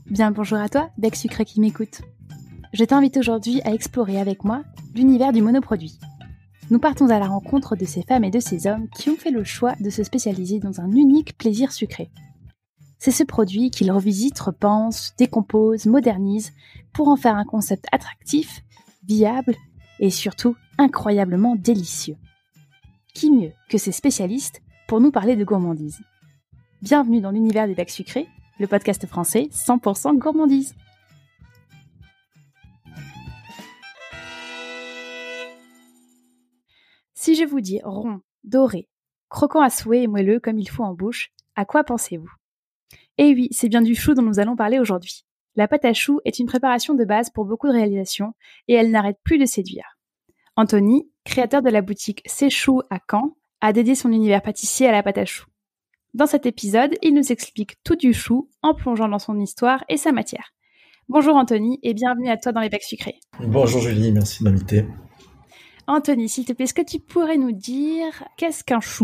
Bien bonjour à toi, bec sucré qui m'écoute. Je t'invite aujourd'hui à explorer avec moi l'univers du monoproduit. Nous partons à la rencontre de ces femmes et de ces hommes qui ont fait le choix de se spécialiser dans un unique plaisir sucré. C'est ce produit qu'ils revisitent, repensent, décomposent, modernisent pour en faire un concept attractif, viable et surtout incroyablement délicieux. Qui mieux que ces spécialistes pour nous parler de gourmandise? Bienvenue dans l'univers des becs sucrés, le podcast français 100% gourmandise. Si je vous dis rond, doré, croquant à souhait et moelleux comme il faut en bouche, à quoi pensez-vous? Eh oui, c'est bien du chou dont nous allons parler aujourd'hui. La pâte à choux est une préparation de base pour beaucoup de réalisations et elle n'arrête plus de séduire. Anthony, créateur de la boutique C'est Chou à Caen, a dédié son univers pâtissier à la pâte à choux. Dans cet épisode, il nous explique tout du chou en plongeant dans son histoire et sa matière. Bonjour Anthony et bienvenue à toi dans les becs sucrés. Bonjour Julie, merci de m'inviter. Anthony, s'il te plaît, est-ce que tu pourrais nous dire qu'est-ce qu'un chou?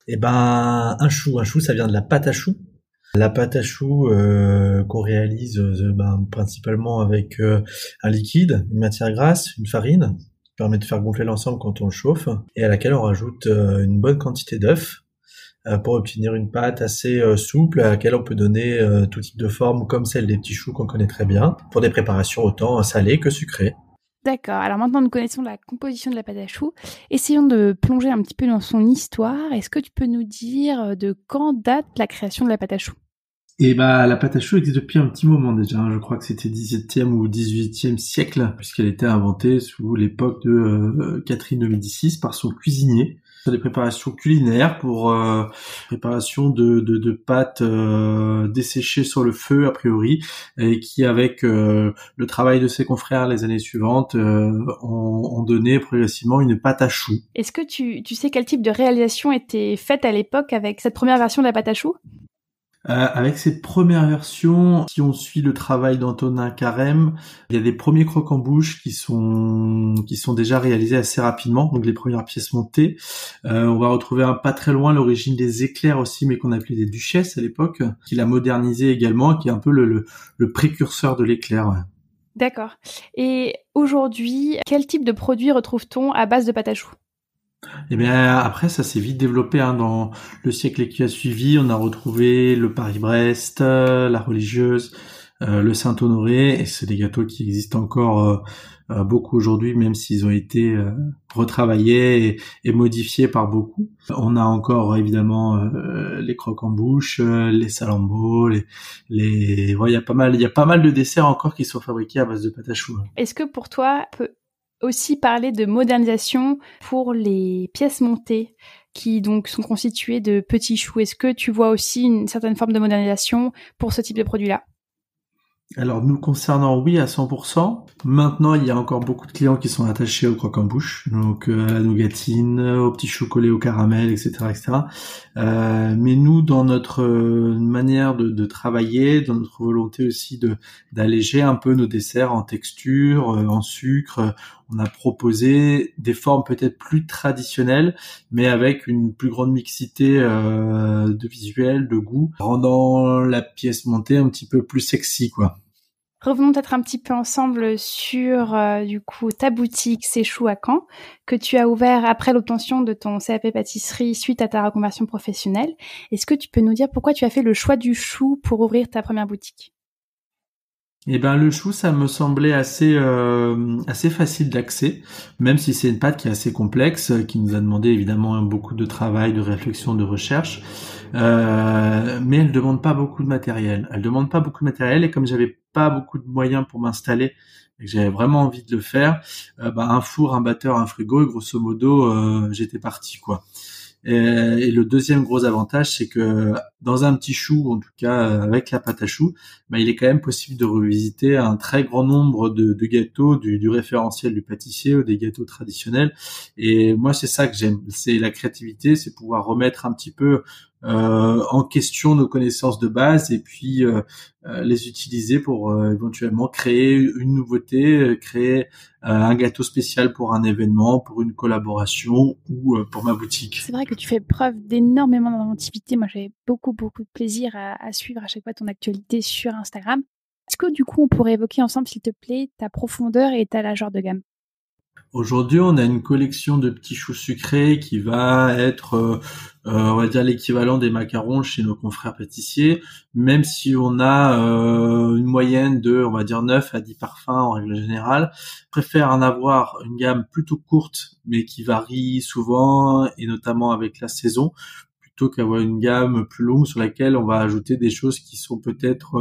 Un chou, ça vient de la pâte à choux. La pâte à choux qu'on réalise principalement avec un liquide, une matière grasse, une farine, qui permet de faire gonfler l'ensemble quand on le chauffe, et à laquelle on rajoute une bonne quantité d'œufs pour obtenir une pâte assez souple à laquelle on peut donner tout type de forme, comme celle des petits choux qu'on connaît très bien, pour des préparations autant salées que sucrées. D'accord, alors maintenant nous connaissons la composition de la pâte à choux. Essayons de plonger un petit peu dans son histoire. Est-ce que tu peux nous dire de quand date la création de la pâte à choux? La pâte à choux existe depuis un petit moment déjà. Je crois que c'était 17e ou 18e siècle, puisqu'elle était inventée sous l'époque de Catherine de Médicis par son cuisinier. Des préparations culinaires pour préparation de pâtes desséchées sur le feu a priori, et qui avec le travail de ses confrères les années suivantes ont donné progressivement une pâte à choux. Est-ce que tu sais quel type de réalisation était faite à l'époque avec cette première version de la pâte à choux? Avec cette première version, si on suit le travail d'Antonin Carême, il y a des premiers croque-en-bouche qui sont déjà réalisés assez rapidement, donc les premières pièces montées. On va retrouver pas très loin l'origine des éclairs aussi, mais qu'on appelait des duchesses à l'époque, qu'il a modernisé également, qui est un peu le précurseur de l'éclair. Ouais. D'accord. Et aujourd'hui, quel type de produit retrouve-t-on à base de pâte à choux? Et bien après, ça s'est vite développé dans le siècle qui a suivi. On a retrouvé le Paris-Brest, la religieuse, le Saint-Honoré, et c'est des gâteaux qui existent encore beaucoup aujourd'hui, même s'ils ont été retravaillés et modifiés par beaucoup. On a encore évidemment les croque-en-bouche, les salambos, il y a pas mal de desserts encore qui sont fabriqués à base de pâte à choux. Est-ce que pour toi, on peut aussi parler de modernisation pour les pièces montées qui donc sont constituées de petits choux? Est-ce que tu vois aussi une certaine forme de modernisation pour ce type de produit-là? Alors nous concernant, oui, à 100%. Maintenant, il y a encore beaucoup de clients qui sont attachés au croque-en-bouche, donc à la nougatine, aux petits chocolats au caramel, etc., etc. Mais nous, dans notre manière de travailler, dans notre volonté aussi d'alléger un peu nos desserts en texture, en sucre, on a proposé des formes peut-être plus traditionnelles, mais avec une plus grande mixité de visuel, de goût, rendant la pièce montée un petit peu plus sexy, quoi. Revenons peut-être un petit peu ensemble sur du coup ta boutique C'est Chou à Caen que tu as ouvert après l'obtention de ton CAP pâtisserie suite à ta reconversion professionnelle. Est-ce que tu peux nous dire pourquoi tu as fait le choix du chou pour ouvrir ta première boutique? Le chou, ça me semblait assez facile d'accès, même si c'est une pâte qui est assez complexe, qui nous a demandé évidemment beaucoup de travail, de réflexion, de recherche, mais elle demande pas beaucoup de matériel. Et comme j'avais pas beaucoup de moyens pour m'installer et que j'avais vraiment envie de le faire, un four, un batteur, un frigo, et grosso modo, j'étais parti, quoi. Et le deuxième gros avantage, c'est que dans un petit chou, en tout cas avec la pâte à choux, il est quand même possible de revisiter un très grand nombre de gâteaux du référentiel du pâtissier ou des gâteaux traditionnels. Et moi, c'est ça que j'aime, c'est la créativité, c'est pouvoir remettre un petit peu en question nos connaissances de base et puis les utiliser pour éventuellement créer une nouveauté, créer un gâteau spécial pour un événement, pour une collaboration ou pour ma boutique. C'est vrai que tu fais preuve d'énormément d'inventivité. Moi, j'avais beaucoup de plaisir à suivre à chaque fois ton actualité sur Instagram. Est-ce que du coup, on pourrait évoquer ensemble, s'il te plaît, ta profondeur et ta largeur de gamme? Aujourd'hui, on a une collection de petits choux sucrés qui va être, on va dire, l'équivalent des macarons chez nos confrères pâtissiers, même si on a une moyenne de, on va dire, 9 à 10 parfums en règle générale. Je préfère en avoir une gamme plutôt courte, mais qui varie souvent, et notamment avec la saison, plutôt qu'avoir une gamme plus longue sur laquelle on va ajouter des choses qui sont peut-être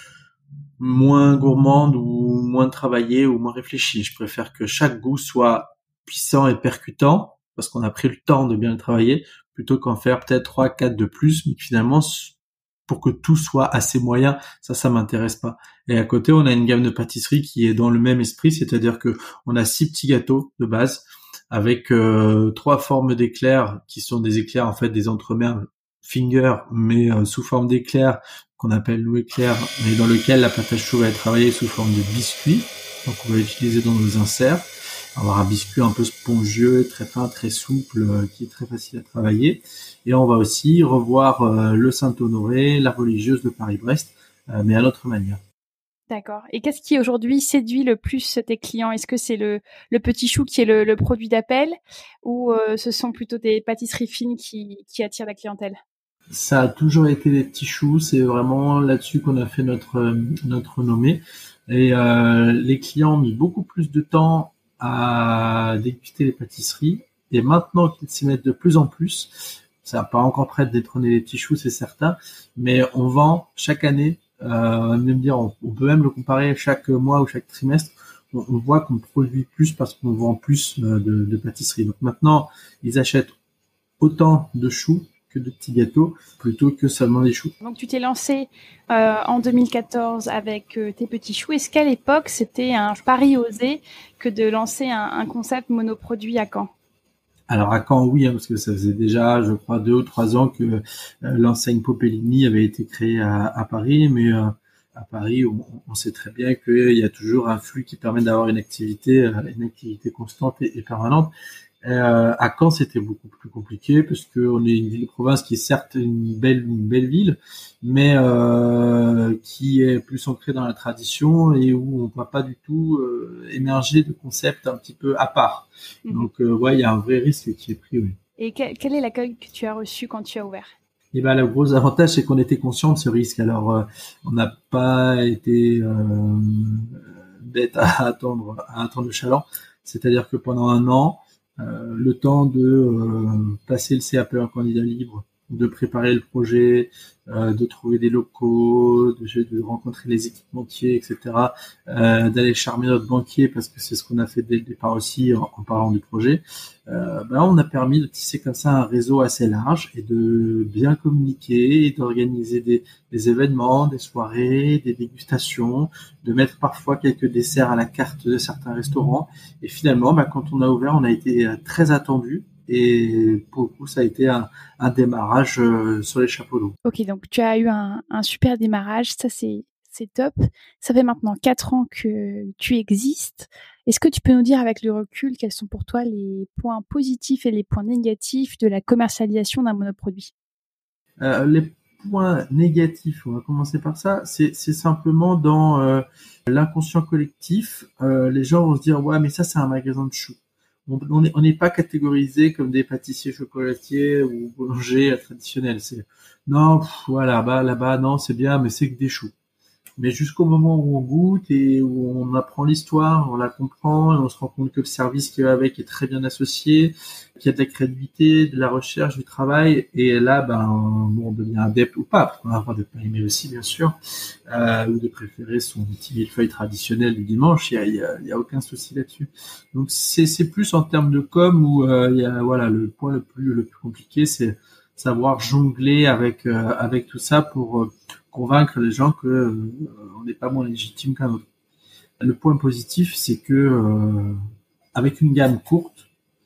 moins gourmande ou moins travaillée ou moins réfléchie. Je préfère que chaque goût soit puissant et percutant parce qu'on a pris le temps de bien le travailler plutôt qu'en faire peut-être 3, 4 de plus, mais que finalement, pour que tout soit assez moyen, ça m'intéresse pas. Et à côté, on a une gamme de pâtisserie qui est dans le même esprit, c'est-à-dire que on a 6 petits gâteaux de base avec 3 formes d'éclairs qui sont des éclairs, en fait, des entremets finger, mais sous forme d'éclairs qu'on appelle nous éclairs, mais dans lequel la pâte à choux va être travaillée sous forme de biscuit. Donc on va l'utiliser dans nos inserts. Avoir un biscuit un peu spongieux, très fin, très souple, qui est très facile à travailler. Et on va aussi revoir le Saint-Honoré, la religieuse de Paris-Brest, mais à notre manière. D'accord. Et qu'est-ce qui aujourd'hui séduit le plus tes clients? Est-ce que c'est le petit chou qui est le produit d'appel ou ce sont plutôt des pâtisseries fines qui attirent la clientèle? Ça a toujours été des petits choux, c'est vraiment là-dessus qu'on a fait notre renommée. Et les clients ont mis beaucoup plus de temps à déguster les pâtisseries. Et maintenant qu'ils s'y mettent de plus en plus, ça n'a pas encore prêt de détrôner les petits choux, c'est certain, mais on vend chaque année, on peut même le comparer chaque mois ou chaque trimestre, on voit qu'on produit plus parce qu'on vend plus de pâtisseries. Donc maintenant, ils achètent autant de choux que de petits gâteaux plutôt que seulement des choux. Donc tu t'es lancé en 2014 avec tes petits choux. Est-ce qu'à l'époque c'était un pari osé que de lancer un concept monoproduit à Caen? Alors à Caen, oui, parce que ça faisait déjà, je crois, 2 ou 3 ans que l'enseigne Popellini avait été créée à Paris, mais à Paris, on sait très bien qu'il y a toujours un flux qui permet d'avoir une activité constante et permanente. À Caen, c'était beaucoup plus compliqué parce que on est une ville-province qui est certes une belle ville, mais qui est plus ancrée dans la tradition et où on ne voit pas du tout émerger de concepts un petit peu à part. Donc, ouais, il y a un vrai risque qui est pris, oui. Et quel est l'accueil que tu as reçu quand tu as ouvert? Et ben, le gros avantage, c'est qu'on était conscient de ce risque. Alors, on n'a pas été bête à attendre le chaland. C'est-à-dire que pendant un an, le temps de passer le CAP en candidat libre, de préparer le projet, de trouver des locaux, de rencontrer les équipementiers, etc., d'aller charmer notre banquier parce que c'est ce qu'on a fait dès le départ aussi en parlant du projet. On a permis de tisser comme ça un réseau assez large et de bien communiquer et d'organiser des événements, des soirées, des dégustations, de mettre parfois quelques desserts à la carte de certains restaurants. Et finalement, quand on a ouvert, on a été très attendu. Et pour le coup, ça a été un démarrage sur les chapeaux d'eau. Ok, donc tu as eu un super démarrage, ça c'est top. Ça fait maintenant 4 ans que tu existes. Est-ce que tu peux nous dire avec le recul quels sont pour toi les points positifs et les points négatifs de la commercialisation d'un monoproduit? Les points négatifs, on va commencer par ça, c'est simplement dans l'inconscient collectif. Les gens vont se dire « ouais, mais ça c'est un magasin de choux ». On n'est pas catégorisé comme des pâtissiers chocolatiers ou boulangers traditionnels. C'est non, voilà, là-bas, non, c'est bien, mais c'est que des choux. Mais jusqu'au moment où on goûte et où on apprend l'histoire, on la comprend et on se rend compte que le service qui va avec est très bien associé, qu'il y a de la crédibilité, de la recherche, du travail. Et là, on devient adepte ou pas. On a le droit de pas aimer aussi, bien sûr, ou de préférer son petit millefeuille traditionnel du dimanche. Il y a aucun souci là-dessus. Donc c'est plus en termes de com où il y a le point le plus compliqué, c'est savoir jongler avec tout ça pour convaincre les gens que on n'est pas moins légitime qu'un autre. Le point positif, c'est que avec une gamme courte,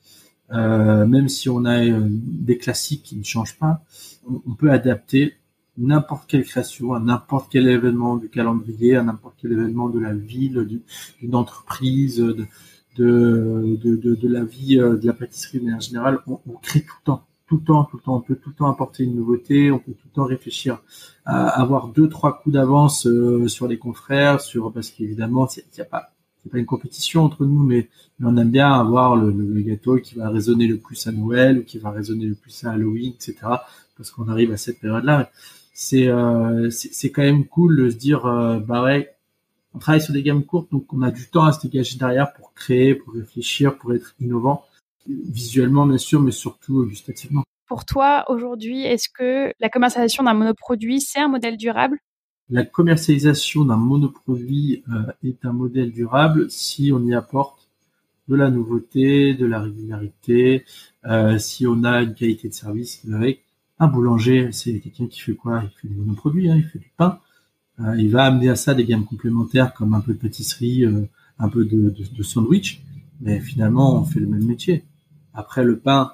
même si on a des classiques qui ne changent pas, on peut adapter n'importe quelle création à n'importe quel événement du calendrier, à n'importe quel événement de la ville, d'une entreprise, de la vie de la pâtisserie, mais en général, on crée tout le temps. on peut tout le temps apporter une nouveauté, on peut tout le temps réfléchir à avoir 2-3 coups d'avance sur les confrères, parce qu'évidemment, c'est pas une compétition entre nous, mais on aime bien avoir le gâteau qui va résonner le plus à Noël ou qui va résonner le plus à Halloween, etc. Parce qu'on arrive à cette période-là. C'est quand même cool de se dire, bah ouais, on travaille sur des gammes courtes, donc on a du temps à se dégager derrière pour créer, pour réfléchir, pour être innovant, visuellement bien sûr, mais surtout gustativement. Pour toi, aujourd'hui, est-ce que la commercialisation d'un monoproduit, c'est un modèle durable ? La commercialisation d'un monoproduit est un modèle durable si on y apporte de la nouveauté, de la régularité, si on a une qualité de service avec. Un boulanger, c'est quelqu'un qui fait quoi? Il fait du monoproduit, il fait du pain. Il va amener à ça des gammes complémentaires comme un peu de pâtisserie, un peu de sandwich, mais finalement on fait le même métier. Après, le pain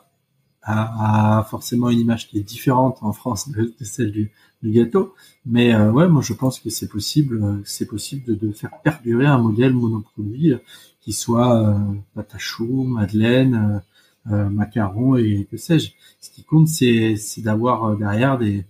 a forcément une image qui est différente en France de celle du gâteau, mais ouais, moi je pense que c'est possible de faire perdurer un modèle monoproduit qui soit pâte à choux, madeleine, macarons et que sais-je. Ce qui compte, c'est d'avoir derrière des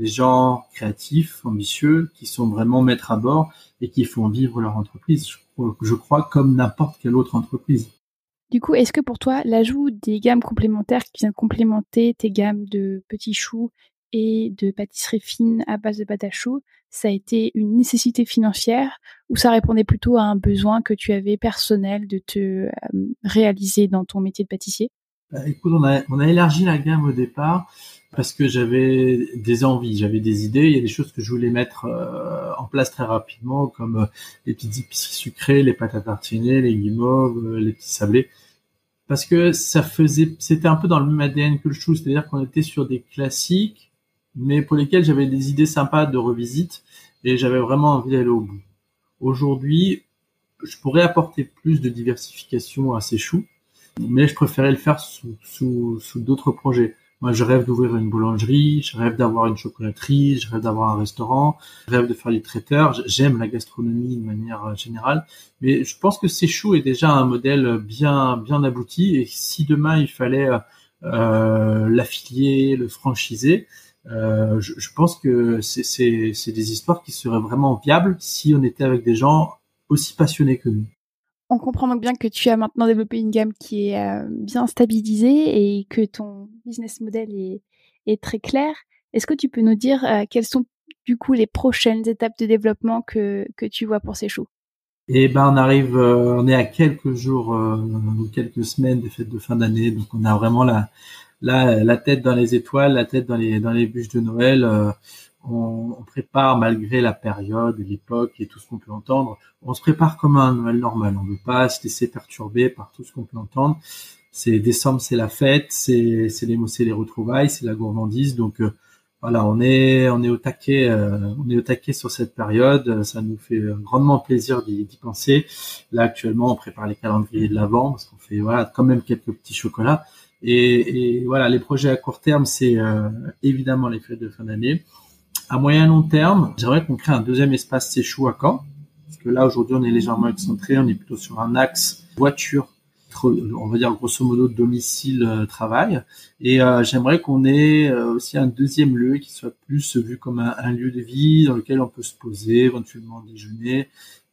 gens créatifs, ambitieux, qui sont vraiment maîtres à bord et qui font vivre leur entreprise. Je crois comme n'importe quelle autre entreprise. Du coup, est-ce que pour toi, l'ajout des gammes complémentaires qui viennent complémenter tes gammes de petits choux et de pâtisseries fines à base de pâte à choux, ça a été une nécessité financière ou ça répondait plutôt à un besoin que tu avais personnel de te réaliser dans ton métier de pâtissier ? Écoute, on a élargi la gamme au départ parce que j'avais des envies, j'avais des idées. Il y a des choses que je voulais mettre en place très rapidement, comme les petites épiceries sucrées, les pâtes à tartiner, les guimauves, les petits sablés, parce que c'était un peu dans le même ADN que le chou, c'est-à-dire qu'on était sur des classiques, mais pour lesquels j'avais des idées sympas de revisite et j'avais vraiment envie d'aller au bout. Aujourd'hui, je pourrais apporter plus de diversification à ces choux, mais je préférais le faire sous d'autres projets. Moi, je rêve d'ouvrir une boulangerie, je rêve d'avoir une chocolaterie, je rêve d'avoir un restaurant, je rêve de faire du traiteur. J'aime la gastronomie de manière générale, mais je pense que ces choux est déjà un modèle bien abouti. Et si demain il fallait l'affilier, le franchiser, je pense que c'est des histoires qui seraient vraiment viables si on était avec des gens aussi passionnés que nous. On comprend donc bien que tu as maintenant développé une gamme qui est bien stabilisée et que ton business model est très clair. Est-ce que tu peux nous dire quelles sont du coup les prochaines étapes de développement que tu vois pour ces choux ? Et ben on est à quelques jours, quelques semaines des fêtes de fin d'année, donc on a vraiment la tête dans les étoiles, la tête dans les bûches de Noël. On prépare malgré la période, l'époque et tout ce qu'on peut entendre. On se prépare comme un Noël normal. On ne veut pas se laisser perturber par tout ce qu'on peut entendre. C'est décembre, c'est la fête, c'est les retrouvailles, c'est la gourmandise. Donc voilà, on est au taquet, sur cette période. Ça nous fait grandement plaisir d'y penser. Là actuellement, on prépare les calendriers de l'Avent parce qu'on fait quand même quelques petits chocolats. Et voilà, les projets à court terme, c'est évidemment les fêtes de fin d'année. À moyen long terme, j'aimerais qu'on crée un deuxième espace Séchou à Caen, parce que là aujourd'hui on est légèrement excentré, on est plutôt sur un axe voiture, on va dire grosso modo domicile travail, et j'aimerais qu'on ait aussi un deuxième lieu qui soit plus vu comme un lieu de vie dans lequel on peut se poser, éventuellement déjeuner,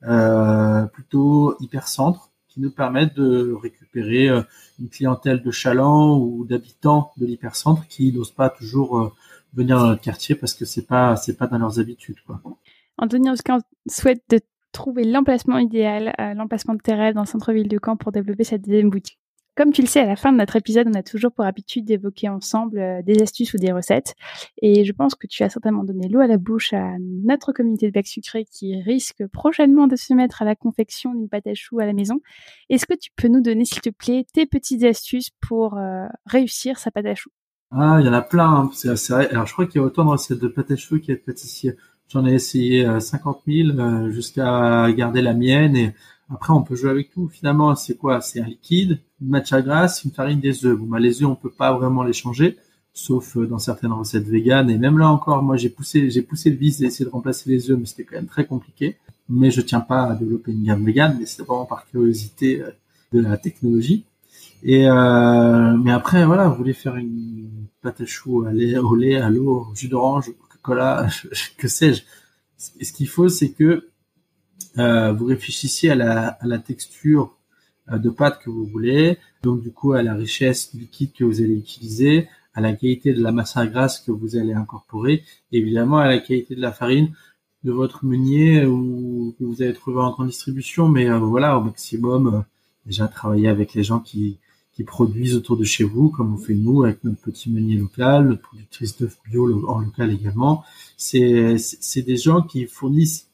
plutôt hypercentre, qui nous permette de récupérer une clientèle de chalands ou d'habitants de l'hypercentre qui n'osent pas toujours venir dans notre quartier parce que c'est pas dans leurs habitudes, quoi. Anthony, en tout cas, on souhaite de trouver l'emplacement idéal, l'emplacement de tes rêves dans le centre-ville de Caen pour développer cette deuxième boutique. Comme tu le sais, à la fin de notre épisode, on a toujours pour habitude d'évoquer ensemble des astuces ou des recettes. Et je pense que tu as certainement donné l'eau à la bouche à notre communauté de becs sucrés qui risque prochainement de se mettre à la confection d'une pâte à choux à la maison. Est-ce que tu peux nous donner, s'il te plaît, tes petites astuces pour réussir sa pâte à choux ? Ah, il y en a plein, hein. C'est vrai. Alors, je crois qu'il y a autant de recettes de pâte à choux qu'il y a de pâtissiers. J'en ai essayé 50 000 jusqu'à garder la mienne. Et après, on peut jouer avec tout. Finalement, c'est quoi? C'est un liquide, une matière grasse, une farine, des œufs. Bon, les œufs, on peut pas vraiment les changer, sauf dans certaines recettes véganes. Et même là encore, moi, j'ai poussé le vice d'essayer de remplacer les œufs, mais c'était quand même très compliqué. Mais je tiens pas à développer une gamme végane, mais c'est vraiment par curiosité de la technologie. Mais après, voilà, vous voulez faire une pâte à choux au lait, à l'eau, au jus d'orange, au Coca-Cola, que sais-je. Ce qu'il faut, c'est que vous réfléchissiez à la texture de pâte que vous voulez, donc du coup à la richesse du liquide que vous allez utiliser, à la qualité de la matière grasse que vous allez incorporer, et évidemment à la qualité de la farine de votre meunier ou que vous allez trouver en grande distribution, mais voilà, au maximum, déjà travailler avec les gens qui produisent autour de chez vous, comme on fait nous avec notre petit meunier local, notre productrice d'œufs bio en local également. C'est des gens qui fournissent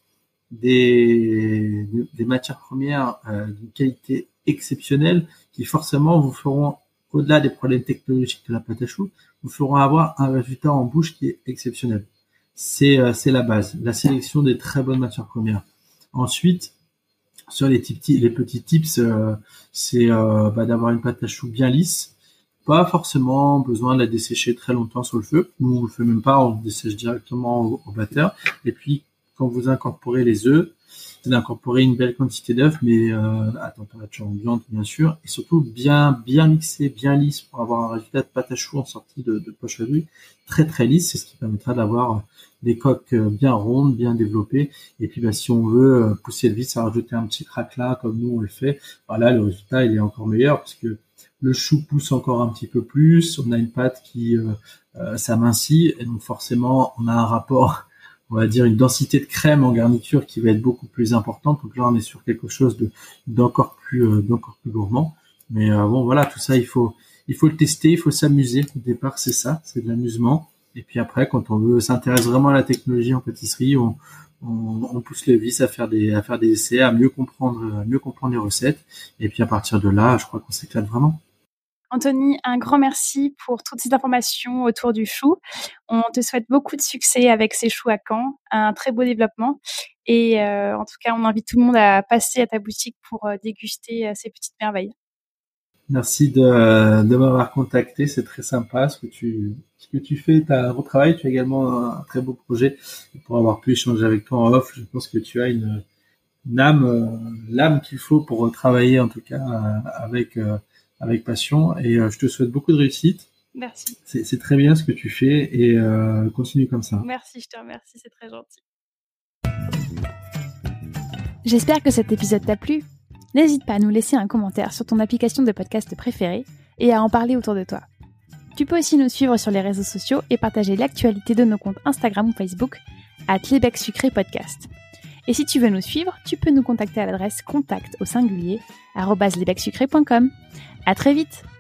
des matières premières d'une qualité exceptionnelle qui forcément vous feront, au-delà des problèmes technologiques de la pâte à choux, vous feront avoir un résultat en bouche qui est exceptionnel. C'est la base, la sélection des très bonnes matières premières. Ensuite, sur les petits tips, c'est d'avoir une pâte à choux bien lisse. Pas forcément besoin de la dessécher très longtemps sur le feu. Nous, on le fait même pas, on le dessèche directement au batteur. Et puis, quand vous incorporez les œufs, c'est d'incorporer une belle quantité d'œufs, mais à température ambiante, bien sûr, et surtout bien mixé, bien lisse pour avoir un résultat de pâte à choux en sortie de poche à douille très très lisse. C'est ce qui permettra d'avoir des coques bien rondes, bien développées. Et puis, si on veut pousser le vis à rajouter un petit craquelin comme nous on le fait, là le résultat il est encore meilleur parce que le chou pousse encore un petit peu plus. On a une pâte qui s'amincit et donc forcément on a un rapport, on va dire une densité de crème en garniture qui va être beaucoup plus importante. Donc là on est sur quelque chose d'encore plus gourmand. Mais bon voilà, tout ça il faut le tester, il faut s'amuser. Au départ c'est ça, c'est de l'amusement. Et puis après quand on s'intéresse vraiment à la technologie en pâtisserie, on pousse le vis à faire des essais, à mieux comprendre les recettes. Et puis à partir de là, je crois qu'on s'éclate vraiment. Anthony, un grand merci pour toutes ces informations autour du chou. On te souhaite beaucoup de succès avec ces choux à Caen, un très beau développement. Et en tout cas, on invite tout le monde à passer à ta boutique pour déguster ces petites merveilles. Merci de m'avoir contacté, c'est très sympa ce que tu fais, tu as un beau travail, tu as également un très beau projet. Et pour avoir pu échanger avec toi en off, je pense que tu as une l'âme qu'il faut pour travailler en tout cas avec passion, et je te souhaite beaucoup de réussite. Merci. C'est très bien ce que tu fais et continue comme ça. Merci, je te remercie, c'est très gentil. J'espère que cet épisode t'a plu. N'hésite pas à nous laisser un commentaire sur ton application de podcast préférée et à en parler autour de toi. Tu peux aussi nous suivre sur les réseaux sociaux et partager l'actualité de nos comptes Instagram ou Facebook @lesbecssucrés-podcast. Et si tu veux nous suivre, tu peux nous contacter à l'adresse contact@lesbecssucrés.com. À très vite!